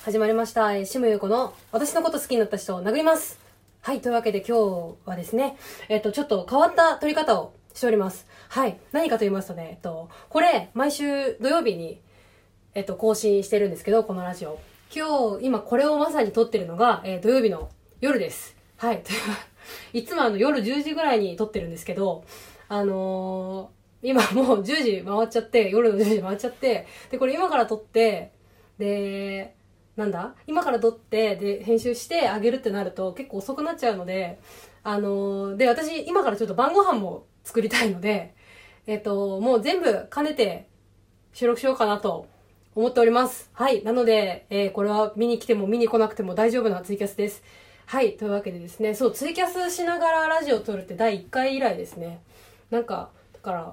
始まりました。シムユコの私のこと好きになった人を殴ります。はい、というわけで今日はですね、ちょっと変わった撮り方をしております。はい、何かと言いますとね、これ、毎週土曜日に、更新してるんですけど、このラジオ。今これをまさに撮ってるのが、土曜日の夜です。はい、いつも夜10時ぐらいに撮ってるんですけど、今もう10時回っちゃって、夜の10時回っちゃって、で、これ今から撮って、で、今から撮って、で、編集してあげるってなると結構遅くなっちゃうので、で、私、今からちょっと晩ご飯も作りたいので、もう全部兼ねて収録しようかなと思っております。はい。なので、これは見に来ても見に来なくても大丈夫なツイキャスです。はい。というわけでですね、そう、ツイキャスしながらラジオを撮るって第1回以来ですね。だから、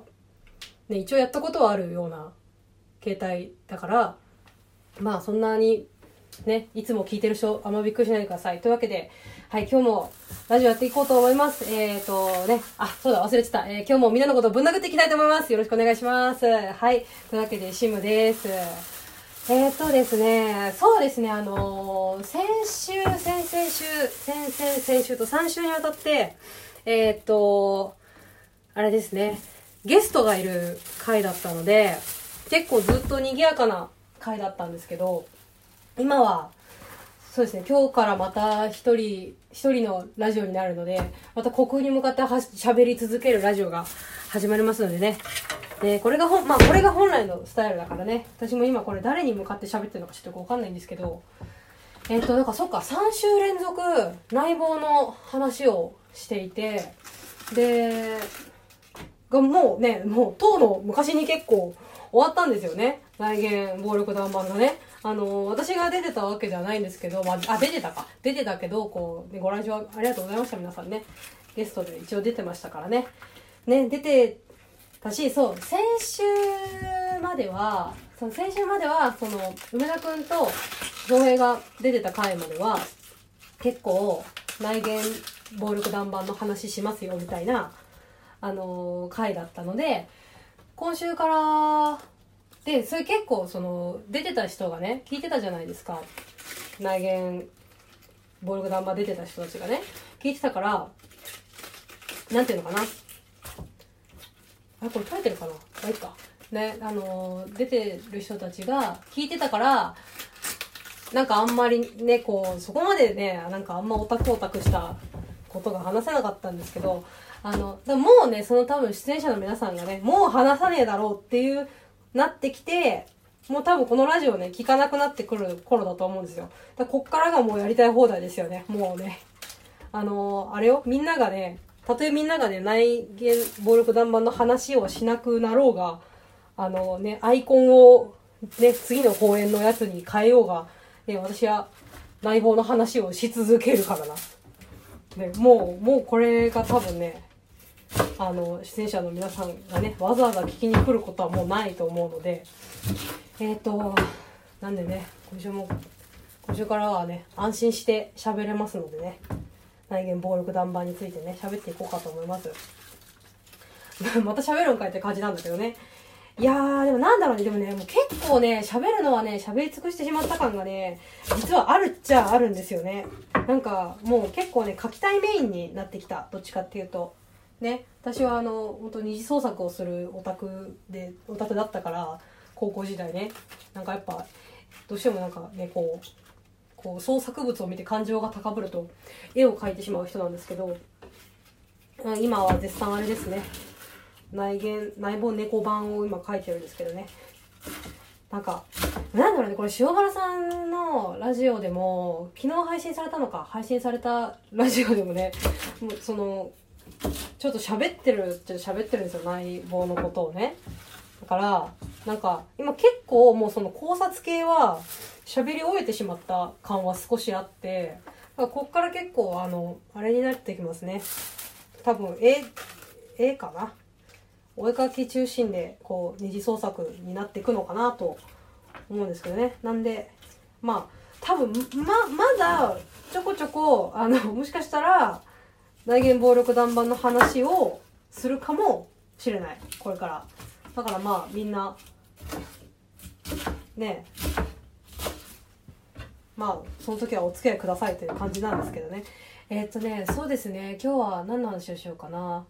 ね、一応やったことはあるような携帯だから、まあそんなにね、いつも聞いてる人、あんまびっくりしないでください。というわけで、はい、今日もラジオやっていこうと思います。そうだ、忘れてた。今日もみんなのことをぶん殴っていきたいと思います。よろしくお願いします。はい、というわけで、シムです。ですね、そうですね、先々週と3週にわたって、あれですね、ゲストがいる回だったので、結構ずっと賑やかな回だったんですけど、今はそうですね、今日からまた一人のラジオになるので、また虚空に向かって喋り続けるラジオが始まりますのでね。で、これが本来のスタイルだからね。私も今これ誰に向かって喋ってるのかちょっとわかんないんですけど、だからそっか、3週連続内房の話をしていて、で、もう当の昔に結構終わったんですよね。内言暴力団版がね。私が出てたわけじゃないんですけど、出てたけど、ご来場ありがとうございました、皆さんね。ゲストで一応出てましたからね。ね、出てたし、そう、先週までは、梅田くんと造平が出てた回までは、結構、内言暴力団版の話しますよ、みたいな、回だったので、今週からで、それ結構出てた人がね、聞いてたじゃないですか。内言暴力団場出てた人たちがね、聞いてたから、なんていうのかな、これ撮れてるかな、まあいいかね、出てる人たちが聞いてたから、なんかあんまりね、そこまでね、なんかあんまオタクしたことが話せなかったんですけど、もうね、多分出演者の皆さんがね、もう話さねえだろうっていうなってきて、もう多分このラジオね、聞かなくなってくる頃だと思うんですよ。だからこっからがもうやりたい放題ですよね。もうね。あれよ、みんながね、たとえみんながね、内言暴力団版の話をしなくなろうが、アイコンをね、次の公演のやつに変えようが、ね、私は内包の話をし続けるからな。ね、もうこれが多分ね、出演者の皆さんがね、わざわざ聞きに来ることはもうないと思うので、なんでね、今週からはね、安心して喋れますのでね、内言暴力団版についてね、喋っていこうかと思います。また喋るんかいって感じなんだけどね。いやー、でもなんだろうね、でもね、もう結構ね、喋るのはね、喋り尽くしてしまった感がね、実はあるっちゃあるんですよね。なんか、もう結構ね、書きたいメインになってきた。どっちかっていうと。ね、私は本当二次創作をするオタクだったから、高校時代ね、なんかやっぱ、どうしてもなんかね、創作物を見て感情が高ぶると、絵を描いてしまう人なんですけど、今は絶賛あれですね。内房猫版を今描いてるんですけどね。なんだろうね、これ塩原さんのラジオでも、昨日配信されたラジオでもね、もうちょっと喋ってるんですよ、内房のことをね。だから、なんか、今結構もう考察系は喋り終えてしまった感は少しあって、だからこっから結構あれになってきますね。多分、絵かな。お絵描き中心で二次創作になっていくのかなと思うんですけどね。なんでまあ多分まだちょこちょこもしかしたら内言暴力団版の話をするかもしれない、これから。だからまあみんなね、 まあその時はお付き合いくださいという感じなんですけどね。そうですね、今日は何の話をしようかな。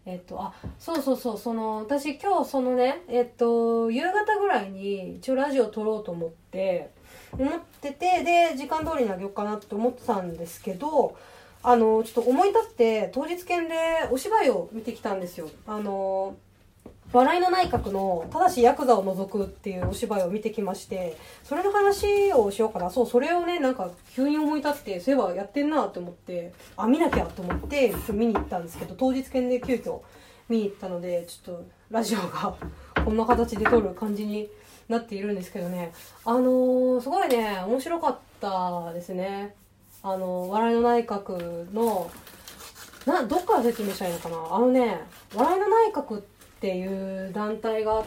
私今日そのね、夕方ぐらいに一応ラジオ撮ろうと思ってて、で、時間通りにあげようかなって思ってたんですけど、ちょっと思い立って当日券でお芝居を見てきたんですよ。笑いの内閣のただしヤクザを除くっていうお芝居を見てきまして、それの話をしようかな。そう、それをね、なんか急に思い立って、そういえばやってんなと思って、見なきゃと思って見に行ったんですけど、当日券で急遽見に行ったので、ちょっとラジオがこんな形で撮る感じになっているんですけどね、すごいね、面白かったですね。笑いの内閣の、どっから説明したらいいのかな。笑いの内閣っていう団体があって、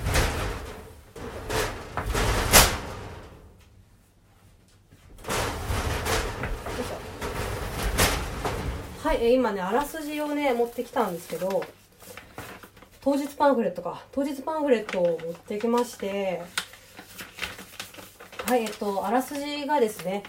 はい、今ね、あらすじをね、持ってきたんですけど、当日パンフレットを持ってきまして、はい、あらすじがですね、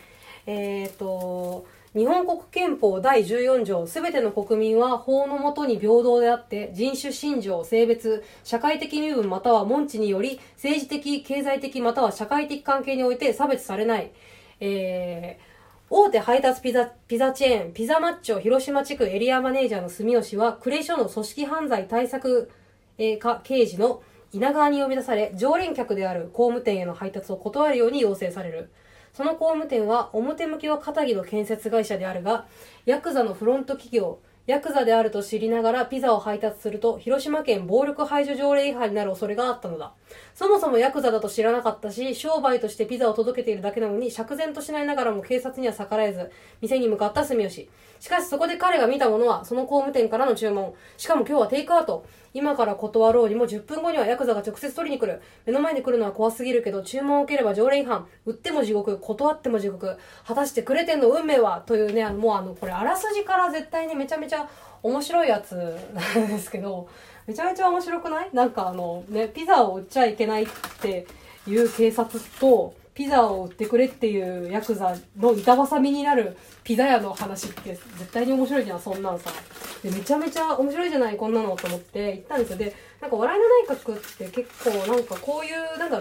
日本国憲法第14条、すべての国民は法の下に平等であって、人種、信条、性別、社会的身分または門地により、政治的、経済的または社会的関係において差別されない。大手配達ピザチェーン、ピザマッチョ広島地区エリアマネージャーの住吉は、呉署の組織犯罪対策課刑事の稲川に呼び出され、常連客である工務店への配達を断るように要請される。その工務店は表向きは片木の建設会社であるが、ヤクザのフロント企業、ヤクザであると知りながらピザを配達すると、広島県暴力排除条例違反になる恐れがあったのだ。そもそもヤクザだと知らなかったし、商売としてピザを届けているだけなのに、釈然としないながらも警察には逆らえず、店に向かった住吉。しかしそこで彼が見たものは、その工務店からの注文。しかも今日はテイクアウト。今から断ろうにも10分後にはヤクザが直接取りに来る。目の前に来るのは怖すぎるけど、注文を受ければ条例違反。売っても地獄、断っても地獄。果たしてクレテンの運命はというね、これあらすじから絶対にめちゃめちゃ面白いやつなんですけど、めちゃめちゃ面白くない？なんかピザを売っちゃいけないっていう警察と、ピザを売ってくれっていうヤクザの板挟みになるピザ屋の話って絶対に面白いじゃん、そんなんさ。で、めちゃめちゃ面白いじゃない、こんなのと思って行ったんですよ。で、なんか笑いの内閣って結構なんかこういう、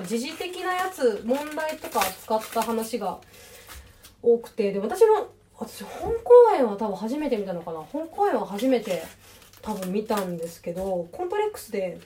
時事的なやつ、問題とか扱った話が多くて、で、私本公演は多分初めて見たのかな。本公演は初めて多分見たんですけど、コントレックスで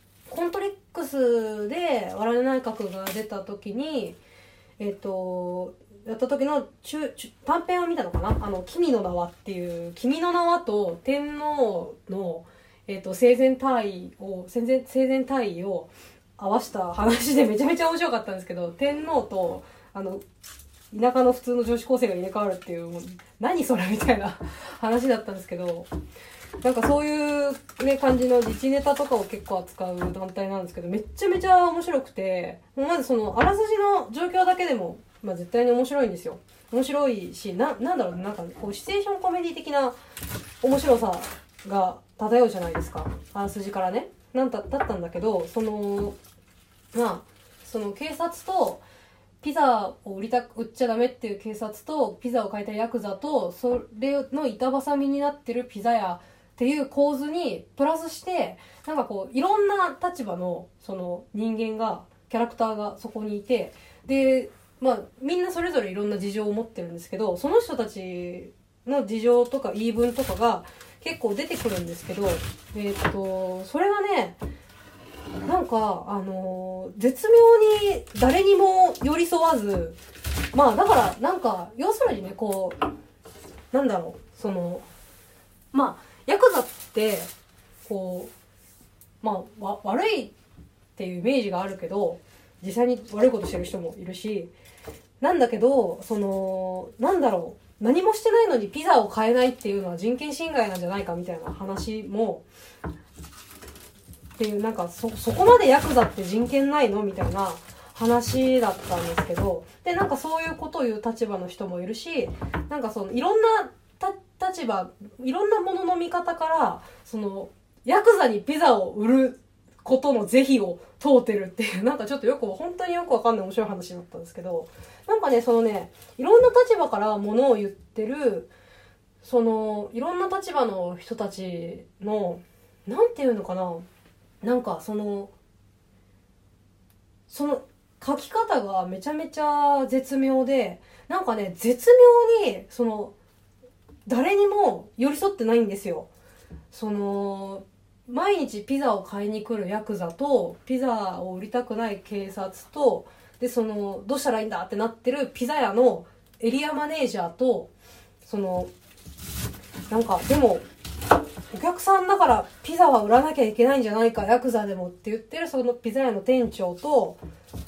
笑いの内閣が出た時に、やった時の短編を見たのかな。君の名はっていう、君の名はと天皇の、生前退位を合わせた話でめちゃめちゃ面白かったんですけど、天皇と、田舎の普通の女子高生が入れ替わるっていう、もう何それみたいな話だったんですけど、なんかそういうね、感じの自治ネタとかを結構扱う団体なんですけど、めっちゃめちゃ面白くて、まずそのあらすじの状況だけでも、絶対に面白いんですよ。面白いし、なんだろうね、なんかこうシチュエーションコメディ的な面白さが漂うじゃないですか。あらすじからね。だったんだけど、その警察と、ピザを売っちゃダメっていう警察と、ピザを買いたいヤクザと、それの板挟みになってるピザ屋っていう構図にプラスして、なんかこういろんな立場のその人間が、キャラクターがそこにいて、でみんなそれぞれいろんな事情を持ってるんですけど、その人たちの事情とか言い分とかが結構出てくるんですけど、それがね、なんか絶妙に誰にも寄り添わず、だからなんか要するにね、こうなんだろう、そのヤクザってこう悪いっていうイメージがあるけど、実際に悪いことしてる人もいるし、なんだけど、そのなんだろう、何もしてないのにピザを買えないっていうのは人権侵害なんじゃないかみたいな話もっていう、なんかそこまでヤクザって人権ないのみたいな話だったんですけど、でなんかそういうことを言う立場の人もいるし、なんかそのいろんな立場、いろんなものの見方から、そのヤクザにピザを売ることの是非を問うてるっていう、なんかちょっと本当によくわかんない面白い話だったんですけど、なんかね、そのね、いろんな立場からものを言ってる、その、いろんな立場の人たちの、なんていうのかな、なんかその書き方がめちゃめちゃ絶妙で、なんかね、絶妙に、誰にも寄り添ってないんですよ。毎日ピザを買いに来るヤクザと、ピザを売りたくない警察と、で、どうしたらいいんだってなってるピザ屋のエリアマネージャーと、なんか、でも、お客さんだからピザは売らなきゃいけないんじゃないか、ヤクザでもって言ってるそのピザ屋の店長と、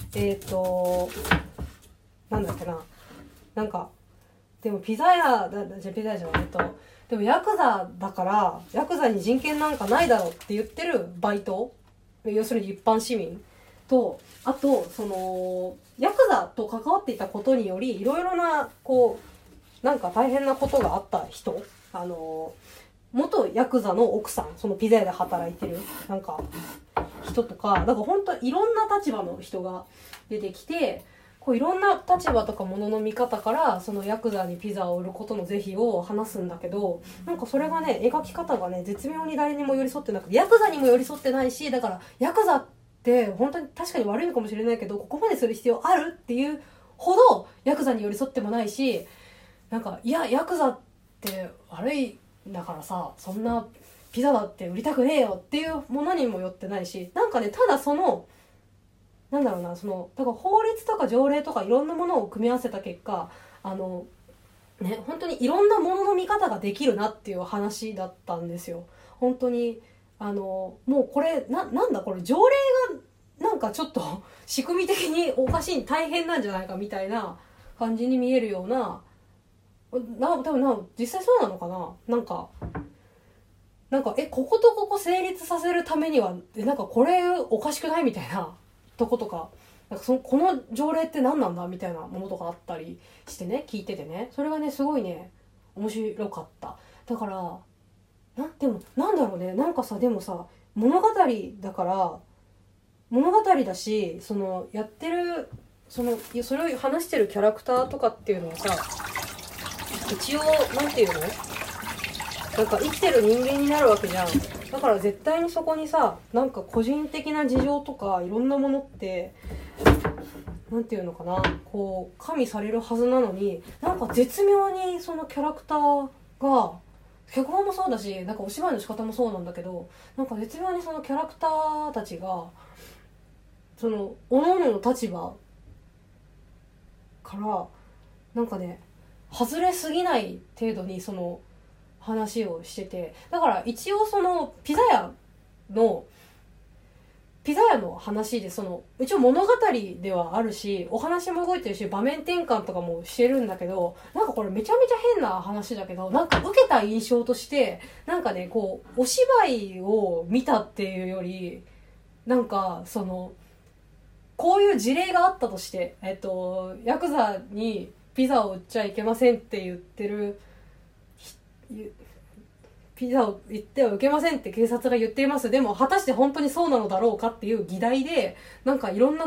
なんだっけな。なんか、でもピザ屋じゃないでもヤクザだから、ヤクザに人権なんかないだろって言ってるバイト、要するに一般市民と、あと、ヤクザと関わっていたことにより、いろいろな、なんか大変なことがあった人、元ヤクザの奥さん、そのピザ屋で働いてる、なんか、人とか、だから本当いろんな立場の人が出てきて、いろんな立場とかものの見方から、そのヤクザにピザを売ることの是非を話すんだけど、なんかそれがね、描き方がね、絶妙に誰にも寄り添ってなくて、ヤクザにも寄り添ってないし、だから、ヤクザって本当に確かに悪いのかもしれないけど、ここまでする必要あるっていうほど、ヤクザに寄り添ってもないし、なんか、いや、ヤクザって悪いだからさ、そんなピザだって売りたくねえよっていうものにも寄ってないし、なんかね、ただなんだろうな、だから法律とか条例とかいろんなものを組み合わせた結果、ね、本当にいろんなものの見方ができるなっていう話だったんですよ。本当に、もうこれ、なんだこれ、条例がなんかちょっと仕組み的におかしい、大変なんじゃないかみたいな感じに見えるような、多分実際そうなのかな、なんか、こことここ成立させるためには、なんかこれおかしくないみたいなとことか、なんかこの条例って何なんだみたいなものとかあったりしてね、聞いててね、それがね、すごいね、面白かった。だから、でも、なんだろうね、なんかさ、でもさ、物語だから、物語だし、やってる、それを話してるキャラクターとかっていうのはさ、一応、なんていうの？なんか生きてる人間になるわけじゃん。だから絶対にそこにさ、なんか個人的な事情とかいろんなものって、なんていうのかな、加味されるはずなのに、なんか絶妙にそのキャラクターが、脚本もそうだし、なんかお芝居の仕方もそうなんだけど、なんか絶妙にそのキャラクターたちが、各々の立場から、なんかね、外れすぎない程度に話をしてて、だから一応ピザ屋の話で一応物語ではあるし、お話も動いてるし、場面転換とかもしてるんだけど、なんかこれめちゃめちゃ変な話だけど、なんか受けた印象として、なんかね、お芝居を見たっていうより、なんかこういう事例があったとして、ヤクザにピザを売っちゃいけませんって言ってる、ピザを言っては受けませんって警察が言っています。でも果たして本当にそうなのだろうかっていう議題で、なんかいろんな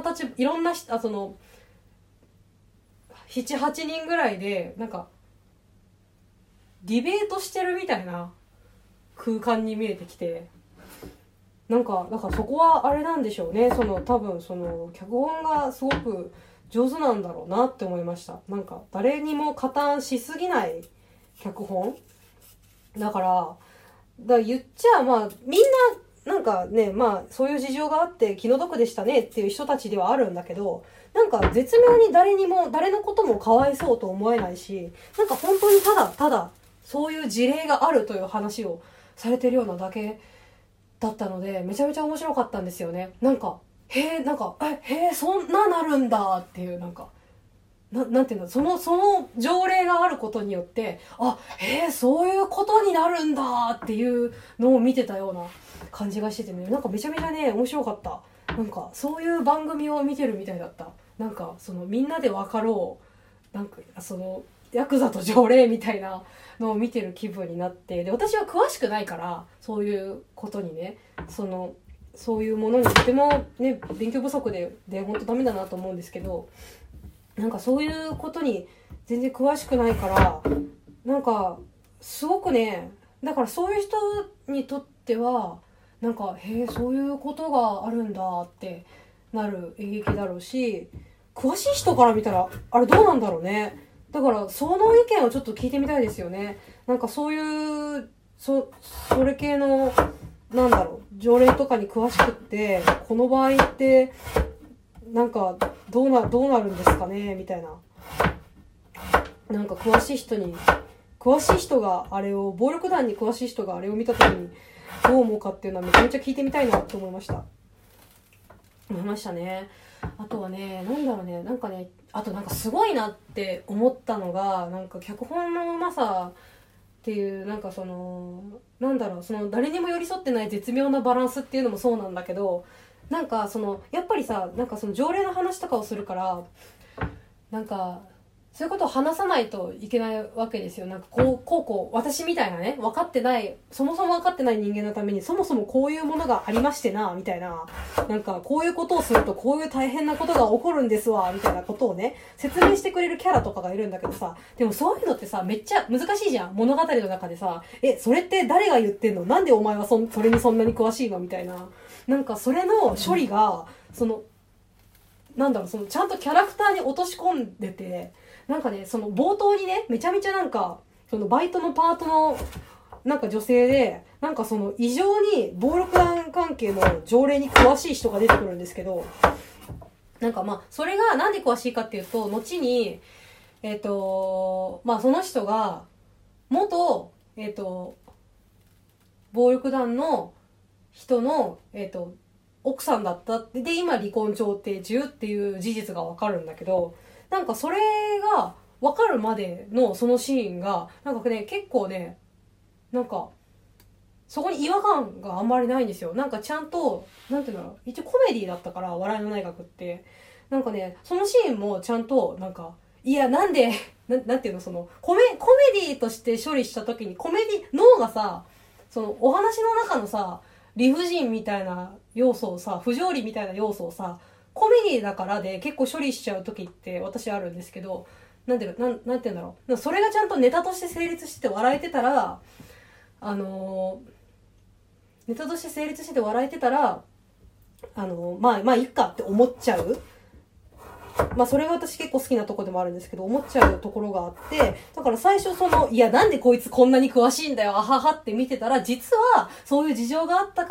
7、8人ぐらいで、なんか、ディベートしてるみたいな空間に見えてきて、なんか、だからそこはあれなんでしょうね。多分脚本がすごく上手なんだろうなって思いました。なんか、誰にも加担しすぎない脚本だから、言っちゃ、まあ、みんな、なんかね、まあ、そういう事情があって気の毒でしたねっていう人たちではあるんだけど、なんか絶妙に誰のこともかわいそうと思えないし、なんか本当にただ、そういう事例があるという話をされてるようなだけだったので、めちゃめちゃ面白かったんですよね。なんか、そんななるんだっていう、なんか、なんていうの、その条例があることによって、そういうことになるんだっていうのを見てたような感じがしててね、なんかめちゃめちゃね、面白かった。なんか、そういう番組を見てるみたいだった。なんか、みんなで分かろう、なんか、ヤクザと条例みたいなのを見てる気分になって、で、私は詳しくないから、そういうことにね、 そういうものにとてもね勉強不足で本当ダメだなと思うんですけど、なんかそういうことに全然詳しくないから、なんかすごくね、だからそういう人にとってはなんかへえそういうことがあるんだってなる演劇だろうし、詳しい人から見たらあれどうなんだろうね。だからその意見をちょっと聞いてみたいですよね。なんかそういうそれ系のなんだろう条例とかに詳しくって、この場合ってなんかどうなるんですかねみたいな、なんか詳しい人があれを、暴力団に詳しい人があれを見た時にどう思うかっていうのはめちゃめちゃ聞いてみたいなと思いましたね。あとはね、なんだろうね、なんかね、あとなんかすごいなって思ったのが、なんか脚本のうまさっていう、なんかそのなんだろう、その誰にも寄り添ってない絶妙なバランスっていうのもそうなんだけど、なんかそのやっぱりさ、なんかその条例の話とかをするから、なんかそういうことを話さないといけないわけですよ。なんかこう私みたいなね、そもそも分かってない人間のためにそもそもこういうものがありましてなみたいな、なんかこういうことをするとこういう大変なことが起こるんですわみたいなことをね説明してくれるキャラとかがいるんだけどさ、でもそういうのってさめっちゃ難しいじゃん、物語の中でさ。それって誰が言ってんの、なんでお前はそれにそんなに詳しいのみたいな、なんかそれの処理がそのなんだろう、そのちゃんとキャラクターに落とし込んでて、なんかね、その冒頭にね、めちゃめちゃなんか、そのバイトのパートの、なんか女性で、なんかその異常に暴力団関係の条例に詳しい人が出てくるんですけど、なんかまあ、それがなんで詳しいかっていうと、後に、まあその人が、元、暴力団の人の、奥さんだったって、で、今離婚調停中っていう事実がわかるんだけど、なんかそれが分かるまでのそのシーンがなんかね結構ね、なんかそこに違和感があんまりないんですよ。なんかちゃんとなんていうんだろう、一応コメディだったから、笑いのない学ってなんかね、そのシーンもちゃんとなんか、いやなんでなんていうの、そのコメディとして処理した時に脳がさ、そのお話の中のさ理不尽みたいな要素をさ、不条理みたいな要素をさ、コメディだからで結構処理しちゃう時って私あるんですけど、なんていうんだろう、それがちゃんとネタとして成立して笑えてたら、ネタとして成立してて笑えてたら、まあいいかって思っちゃう。まあそれが私結構好きなとこでもあるんですけど、思っちゃうところがあって、だから最初いやなんでこいつこんなに詳しいんだよ、あははって見てたら、実はそういう事情があって、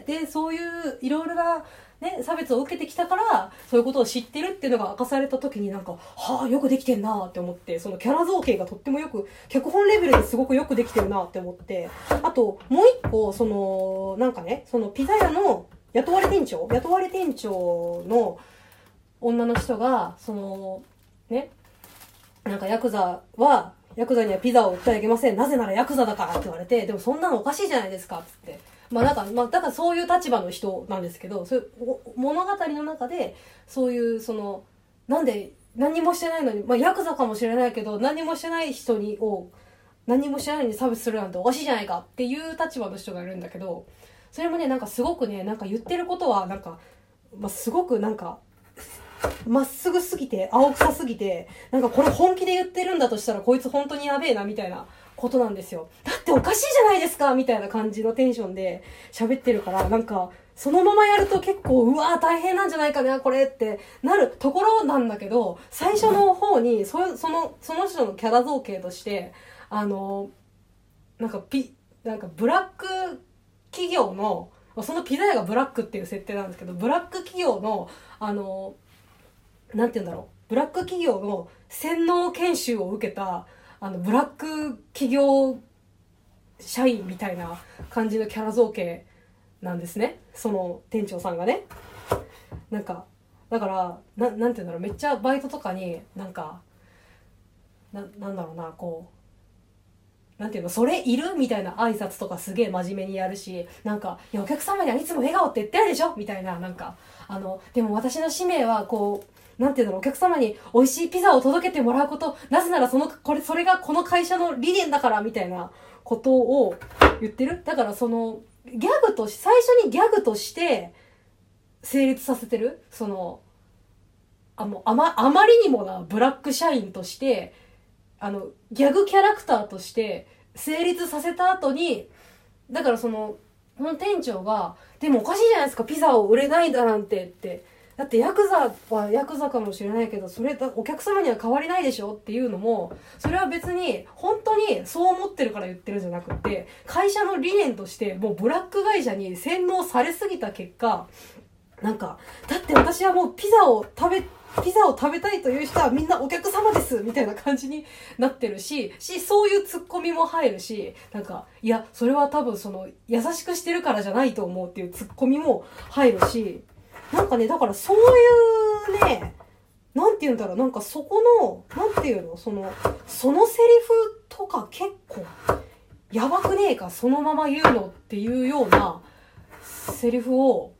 で、そういういろいろなね、差別を受けてきたから、そういうことを知ってるっていうのが明かされた時になんか、はあ、よくできてんなって思って、そのキャラ造形がとってもよく、脚本レベルですごくよくできてるなって思って、あと、もう一個、なんかね、ピザ屋の雇われ店長の女の人が、ね、なんかヤクザにはピザを売ってはいけません。なぜならヤクザだからって言われて、でもそんなのおかしいじゃないですか、つって。だからそういう立場の人なんですけど、そういう物語の中で、そういう、なんで、何もしてないのに、ヤクザかもしれないけど、何もしてない何もしてないのに差別するなんておかしいじゃないかっていう立場の人がいるんだけど、それもね、なんかすごくね、なんか言ってることは、なんか、すごくなんか、まっすぐすぎて、青臭すぎて、なんかこれ本気で言ってるんだとしたらこいつ本当にやべえなみたいなことなんですよ。だっておかしいじゃないですかみたいな感じのテンションで喋ってるから、なんかそのままやると結構うわー大変なんじゃないかなこれってなるところなんだけど、最初の方にその人のキャラ造形としてなんかブラック企業の、そのピザ屋がブラックっていう設定なんですけど、ブラック企業のなんて言うんだろう、ブラック企業の洗脳研修を受けたブラック企業社員みたいな感じのキャラ造形なんですね、その店長さんがね。なんかだからなんて言うんだろう、めっちゃバイトとかになんだろうな、こうなんていうの、それいるみたいな挨拶とかすげえ真面目にやるし、なんかいやお客様にはいつも笑顔って言ってるでしょみたいな、なんかでも私の使命はこうなんていうの、お客様に美味しいピザを届けてもらうこと、なぜならそれがこの会社の理念だからみたいなことを言ってる。だから最初にギャグとして成立させてる、そのあまりにもなブラック社員としてギャグキャラクターとして成立させた後に、だからその店長がでもおかしいじゃないですか、ピザを売れないだなんてって、だってヤクザはヤクザかもしれないけどそれお客様には変わりないでしょっていうのも、それは別に本当にそう思ってるから言ってるんじゃなくて、会社の理念としてもうブラック会社に洗脳されすぎた結果、なんかだって私はもうピザを食べたいという人はみんなお客様ですみたいな感じになってるし、そういうツッコミも入るし、なんかいやそれは多分その優しくしてるからじゃないと思うっていうツッコミも入るし、なんかね、だからそういうね、なんて言うんだろう、なんかそこのなんていうの、そのセリフとか結構やばくねえかそのまま言うのっていうようなセリフを、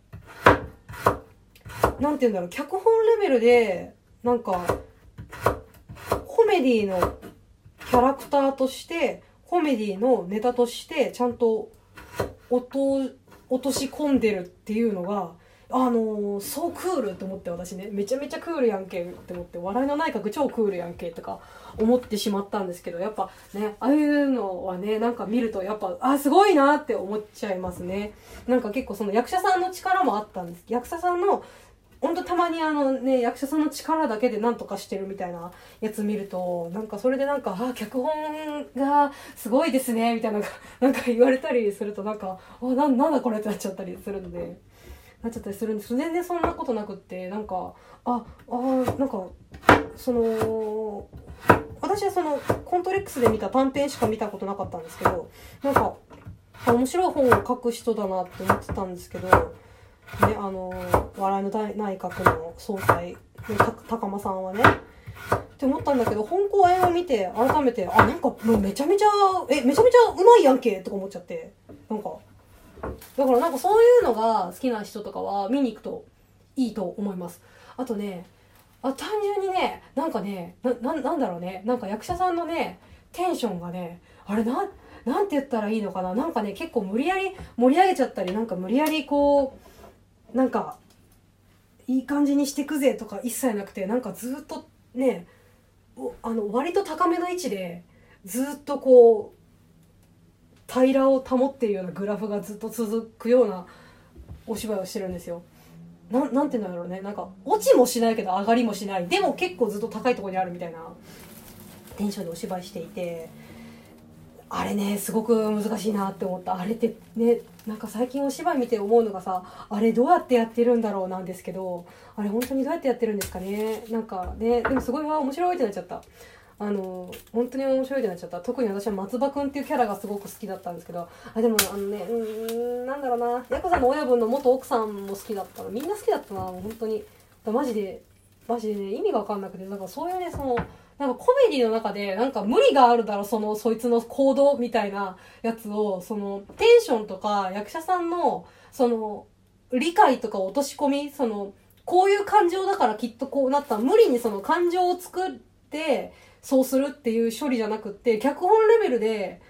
なんて言うんだろう、脚本レベルでなんかコメディのキャラクターとしてコメディのネタとしてちゃんと落とし込んでるっていうのがそうクールって思って、私ねめちゃめちゃクールやんけって思って、笑いの内閣超クールやんけとか思ってしまったんですけど、やっぱねああいうのはねなんか見るとやっぱすごいなって思っちゃいますね。なんか結構その役者さんの力もあったんです。役者さんのほんとたまに役者さんの力だけでなんとかしてるみたいなやつ見ると、なんかそれでなんか脚本がすごいですねみたいななんか言われたりすると、なんかなんだこれってなっちゃったりするんで、なっちゃったりするんです。全然そんなことなくって、なんかなんかその私はそのコントレックスで見た短編しか見たことなかったんですけど、なんか面白い本を書く人だなって思ってたんですけどね、笑いの内閣の総裁高間さんはねって思ったんだけど、本公演を見て改めてなんかもうめちゃめちゃうまいやんけとか思っちゃって、なんかだからなんかそういうのが好きな人とかは見に行くといいと思います。あとね単純にね、なんかねなんだろうね、なんか役者さんのねテンションがね、あれなんて言ったらいいのかな、なんかね結構無理やり盛り上げちゃったり、なんか無理やりこうなんかいい感じにしてくぜとか一切なくて、なんかずっとね割と高めの位置でずっとこう平らを保っているようなグラフがずっと続くようなお芝居をしてるんですよ。なんていうんだろうね、なんか落ちもしないけど上がりもしない、でも結構ずっと高いところにあるみたいなテンションでお芝居していて、あれねすごく難しいなって思った。あれってね、なんか最近お芝居見て思うのがさ、あれどうやってやってるんだろうなんですけど、あれ本当にどうやってやってるんですかね。なんかね、でもすごい面白いってなっちゃった。本当に面白いってなっちゃった。特に私は松葉くんっていうキャラがすごく好きだったんですけど、でもなんだろうな、ヤクザの親分の元奥さんも好きだったの、みんな好きだったな本当に。マジでね意味が分かんなくて、なんかそういうねなんかコメディの中でなんか無理があるだろそいつの行動みたいなやつを、そのテンションとか役者さんのその理解とか落とし込み、こういう感情だからきっとこうなった、無理にその感情を作ってそうするっていう処理じゃなくって、脚本レベルで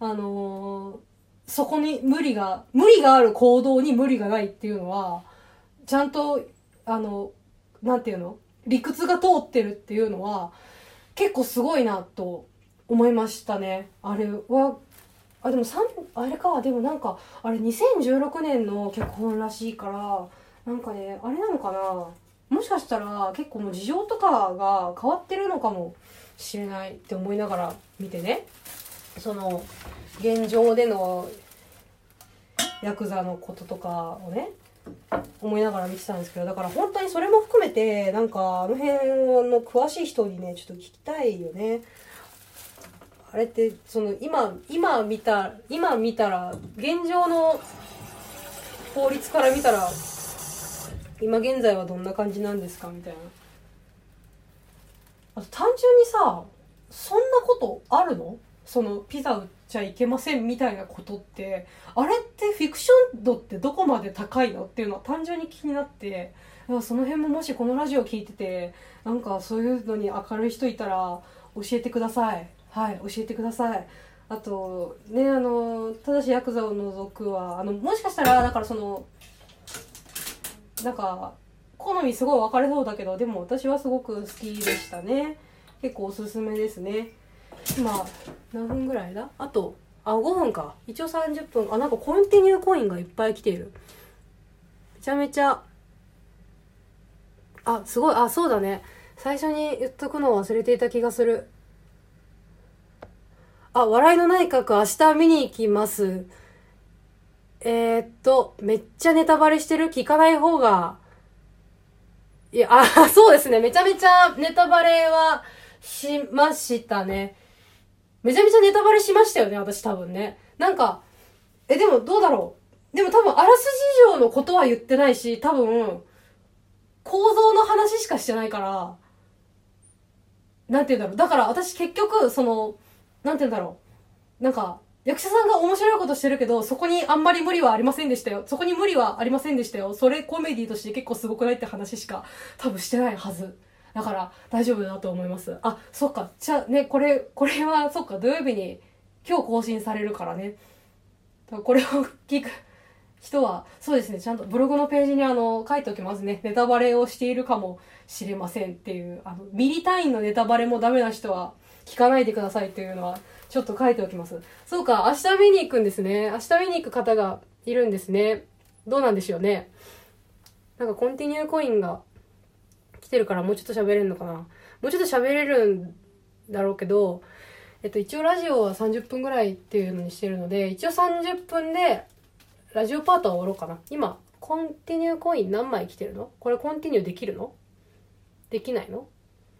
そこに無理がある行動に無理がないっていうのはちゃんとなんていうの、理屈が通ってるっていうのは結構すごいなと思いましたね。あれはでもあれか、でもなんかあれ2016年の脚本らしいから、なんかねあれなのかな、もしかしたら結構もう事情とかが変わってるのかもしれないって思いながら見てね、その現状でのヤクザのこととかをね思いながら見てたんですけど、だから本当にそれも含めてなんか辺の詳しい人にねちょっと聞きたいよね。あれって今見たら現状の法律から見たら今現在はどんな感じなんですかみたいな。あと単純にさ、そんなことあるの？ピザ売っちゃいけませんみたいなことって、あれってフィクション度ってどこまで高いのっていうのは単純に気になって、その辺ももしこのラジオ聞いててなんかそういうのに明るい人いたら教えてください。はい、教えてください。 あとね、ただしヤクザを除くはもしかしたらだからなんか好みすごい分かれそうだけど、でも私はすごく好きでしたね。結構おすすめですね。今何分ぐらいだ？あと5分か。一応30分。なんかコンティニューコインがいっぱい来ている。めちゃめちゃすごい。そうだね、最初に言っとくのを忘れていた気がする。笑いの内閣明日見に行きます。めっちゃネタバレしてる。聞かない方が。いや、そうですね。めちゃめちゃネタバレはしましたね。めちゃめちゃネタバレしましたよね、私多分ね。なんか、でもどうだろう。でも多分あらすじ上のことは言ってないし、多分、構造の話しかしてないから、なんて言うんだろう。だから私結局、なんて言うんだろう。なんか、役者さんが面白いことしてるけど、そこにあんまり無理はありませんでしたよ。そこに無理はありませんでしたよ。それコメディとして結構すごくないって話しか多分してないはず。だから大丈夫だと思います。そっか。じゃあね、これは、そっか、土曜日に今日更新されるからね。これを聞く人は、そうですね、ちゃんとブログのページに書いておきますね。ネタバレをしているかもしれませんっていう、ミリ単位のネタバレもダメな人は聞かないでくださいっていうのは、ちょっと書いておきます。そうか、明日見に行くんですね。明日見に行く方がいるんですね。どうなんでしょうね。なんかコンティニューコインが来てるからもうちょっと喋れるのかな。もうちょっと喋れるんだろうけど、一応ラジオは30分ぐらいっていうのにしてるので、一応30分でラジオパートは終わろうかな。今、コンティニューコイン何枚来てるの？これコンティニューできるの？できないの？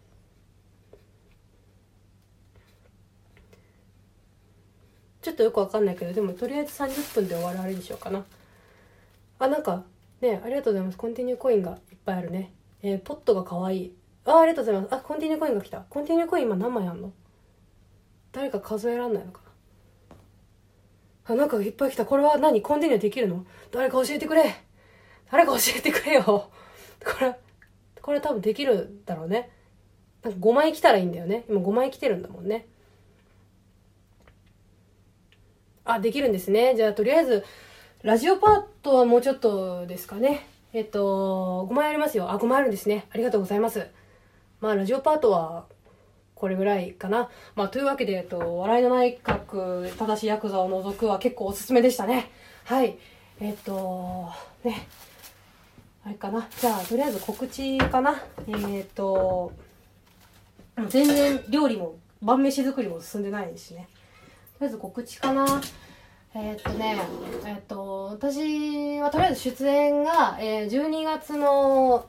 ちょっとよくわかんないけど、でもとりあえず30分で終わるあれにしようかな。なんかね、ありがとうございます。コンティニューコインがいっぱいあるね。ポットがかわいい。ありがとうございます。コンティニューコインが来た。コンティニューコイン今何枚あんの？誰か数えらんないのかな。なんかいっぱい来た。これは何？コンティニューできるの？誰か教えてくれ。誰か教えてくれよ。これ多分できるだろうね。なんか5枚来たらいいんだよね。今5枚来てるんだもんね。できるんですね。じゃあとりあえずラジオパートはもうちょっとですかね。5枚ありますよ。5枚あるんですね。ありがとうございます。ラジオパートはこれぐらいかな。というわけで、笑いの内閣、ただしヤクザを除くは結構おすすめでしたね。はい。ね。あれかな。じゃあ、とりあえず告知かな。全然料理も、晩飯作りも進んでないしね。とりあえず告知かな。私はとりあえず出演が、12月の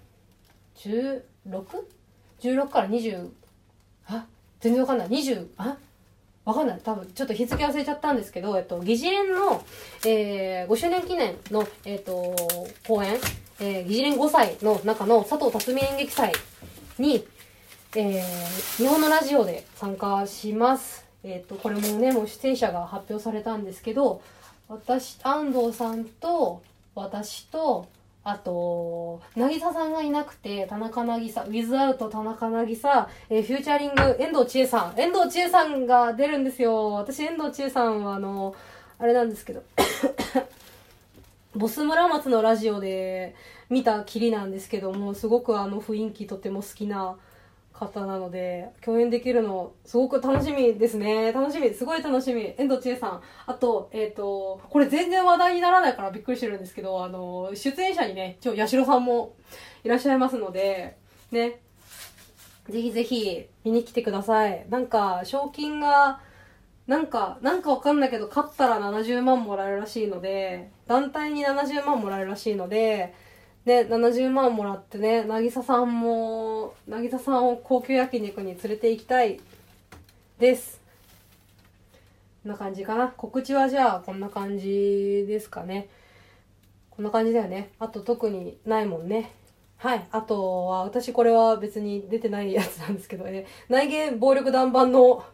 16？16 から20、全然わかんない。わかんない。多分、ちょっと日付忘れちゃったんですけど、疑似連の、5周年記念の、公演、疑似連5歳の中の佐藤辰巳演劇祭に、日本のラジオで参加します。これもね、もう出演者が発表されたんですけど、安藤さんと、私と、あと、渚さんがいなくて、田中渚、ウィズアウト田中渚、フューチャリング、遠藤千恵さん。遠藤千恵さんが出るんですよ。私、遠藤千恵さんはあれなんですけど、ボス村松のラジオで見たきりなんですけども、すごく雰囲気とても好きな方なので、共演できるのすごく楽しみですね。楽しみ、すごい楽しみ。遠藤千恵さん。あと、これ全然話題にならないからびっくりしてるんですけど、出演者にね、八代さんもいらっしゃいますので、ね、ぜひぜひ見に来てください。なんか、賞金が、なんかわかんないけど、勝ったら70万もらえるらしいので、団体に70万もらえるらしいので、ね、70万もらってね、渚さんを高級焼肉に連れて行きたいです。こんな感じかな。告知はじゃあこんな感じですかね。こんな感じだよね。あと特にないもんね。はい。あとは、私これは別に出てないやつなんですけど、内言暴力団版の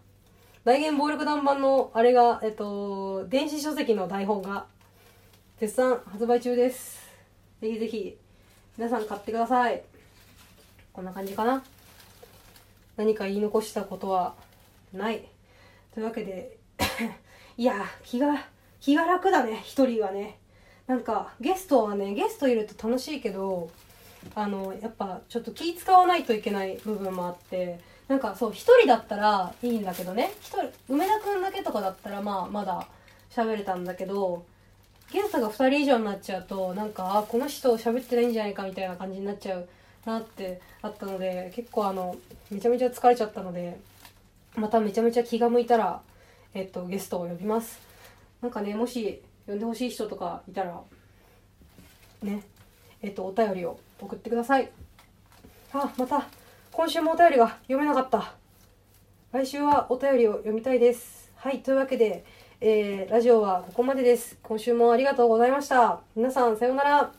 あれが、電子書籍の台本が絶賛発売中です。ぜひぜひ皆さん買ってください。こんな感じかな。何か言い残したことはないというわけで、 いや気が楽だね、一人はね。なんかゲストいると楽しいけど、やっぱちょっと気使わないといけない部分もあって、なんかそう一人だったらいいんだけどね、梅田くんだけとかだったらまだ喋れたんだけど、ゲストが2人以上になっちゃうと、なんかこの人喋ってないんじゃないかみたいな感じになっちゃうなってあったので、結構めちゃめちゃ疲れちゃったので、まためちゃめちゃ気が向いたらゲストを呼びます。なんかね、もし呼んでほしい人とかいたらね、お便りを送ってください。また今週もお便りが読めなかった。来週はお便りを読みたいです。はい、というわけで、ラジオはここまでです。今週もありがとうございました。皆さんさようなら。